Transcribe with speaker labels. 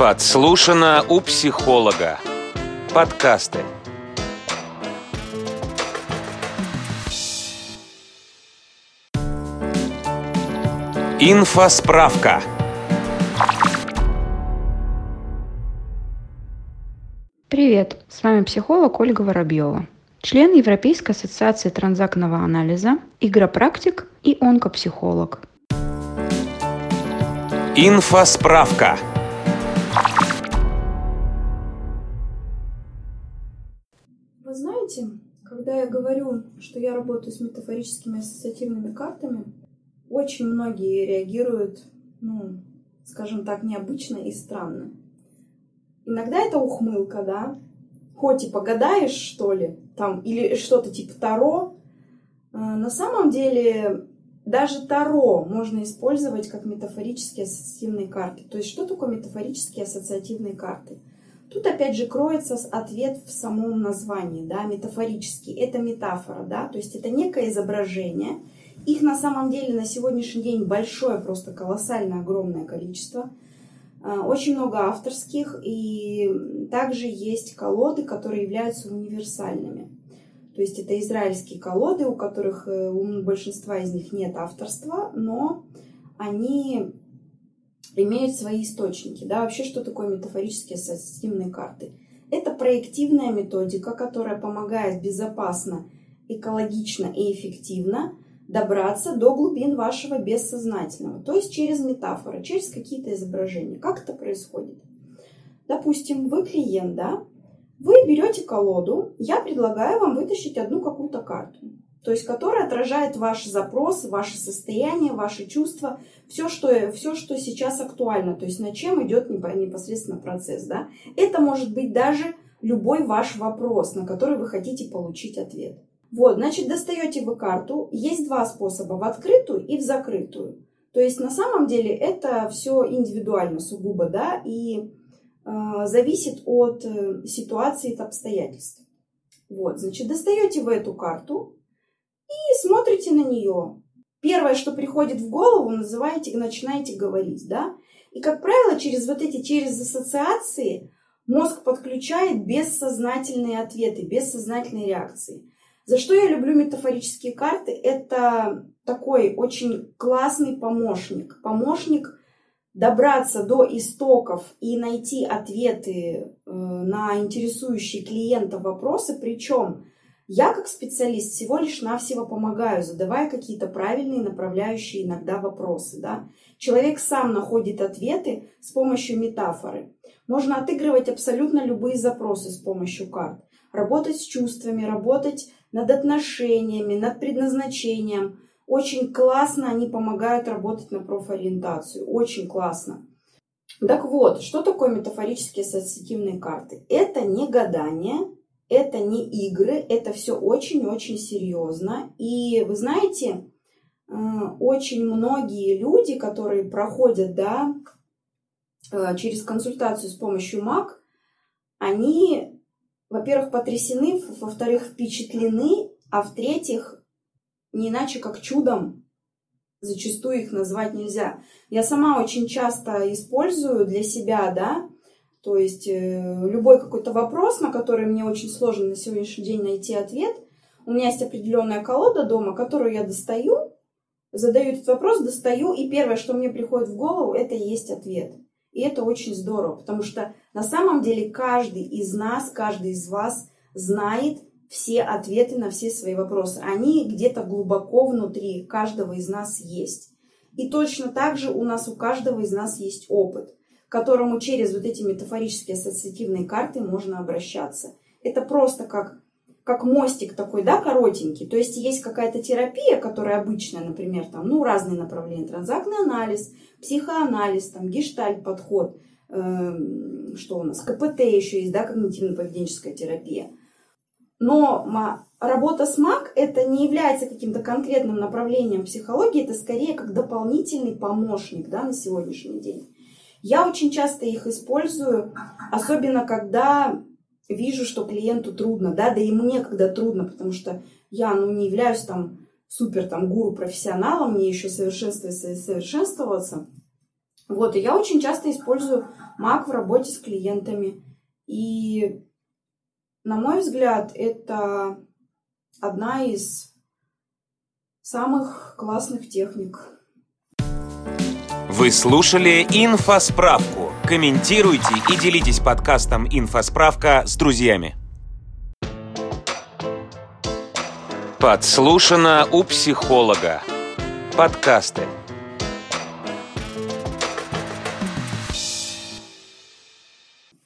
Speaker 1: Подслушано у психолога. Подкасты. Инфосправка.
Speaker 2: Привет, с вами психолог Ольга Воробьева, член Европейской ассоциации транзактного анализа, игропрактик и онкопсихолог.
Speaker 1: Инфосправка.
Speaker 3: Вы знаете, когда я говорю, что я работаю с метафорическими ассоциативными картами, очень многие реагируют, скажем так, необычно и странно. Иногда это ухмылка, да? Хоть и погадаешь, что ли, там, или что-то типа Таро. На самом деле, даже Таро можно использовать как метафорические ассоциативные карты. То есть, что такое метафорические ассоциативные карты? Тут, опять же, кроется ответ в самом названии, да, метафорический. Это метафора, да, то есть это некое изображение. Их на самом деле на сегодняшний день большое, просто колоссальное, огромное количество. Очень много авторских, и также есть колоды, которые являются универсальными. То есть это израильские колоды, у которых у большинства из них нет авторства, но они имеют свои источники. Да? Вообще, что такое метафорические ассоциативные карты? Это проективная методика, которая помогает безопасно, экологично и эффективно добраться до глубин вашего бессознательного. То есть через метафоры, через какие-то изображения. Как это происходит? Допустим, вы клиент, да? Вы берете колоду, я предлагаю вам вытащить одну какую-то карту. То есть, которая отражает ваши запросы, ваше состояние, ваши чувства, все, что сейчас актуально, то есть на чем идет непосредственно процесс. Да? Это может быть даже любой ваш вопрос, на который вы хотите получить ответ. Вот, значит, достаете вы карту. Есть два способа: в открытую и в закрытую. То есть, на самом деле, это все индивидуально сугубо, да, и зависит от ситуации, от обстоятельств. Вот, значит, достаете вы эту карту и смотрите на нее. Первое, что приходит в голову, начинаете говорить, да. И, как правило, через ассоциации мозг подключает бессознательные ответы, бессознательные реакции. За что я люблю метафорические карты? Это такой очень классный помощник. Помощник добраться до истоков и найти ответы на интересующие клиента вопросы. Причем я как специалист всего лишь навсего помогаю, задавая какие-то правильные направляющие иногда вопросы. Да? Человек сам находит ответы с помощью метафоры. Можно отыгрывать абсолютно любые запросы с помощью карт. Работать с чувствами, работать над отношениями, над предназначением. Очень классно они помогают работать на профориентацию. Очень классно. Так вот, что такое метафорические ассоциативные карты? Это не гадание, это не игры, это все очень-очень серьезно. И вы знаете, очень многие люди, которые проходят, да, через консультацию с помощью МАК, они, во-первых, потрясены, во-вторых, впечатлены, а в-третьих, не иначе как чудом, зачастую их назвать нельзя. Я сама очень часто использую для себя, да, то есть любой какой-то вопрос, на который мне очень сложно на сегодняшний день найти ответ. У меня есть определенная колода дома, которую я достаю, задаю этот вопрос, достаю, и первое, что мне приходит в голову, это и есть ответ. И это очень здорово, потому что на самом деле каждый из нас, каждый из вас знает все ответы на все свои вопросы. Они где-то глубоко внутри каждого из нас есть. И точно так же у каждого из нас есть опыт, к которому через вот эти метафорические ассоциативные карты можно обращаться. Это просто как мостик такой, да, коротенький. То есть есть какая-то терапия, которая обычная, например, там, разные направления. Транзактный анализ, психоанализ, там, гештальт-подход, что у нас, КПТ еще есть, да, когнитивно-поведенческая терапия. Но работа с МАК это не является каким-то конкретным направлением психологии, это скорее как дополнительный помощник, да, на сегодняшний день. Я очень часто их использую, особенно когда вижу, что клиенту трудно, да и мне когда трудно, потому что я не являюсь супер гуру-профессионалом, мне еще совершенствоваться. Вот, и я очень часто использую Мак в работе с клиентами. И, на мой взгляд, это одна из самых классных техник.
Speaker 1: Вы слушали «Инфосправку». Комментируйте и делитесь подкастом «Инфосправка» с друзьями. Подслушано у психолога. Подкасты.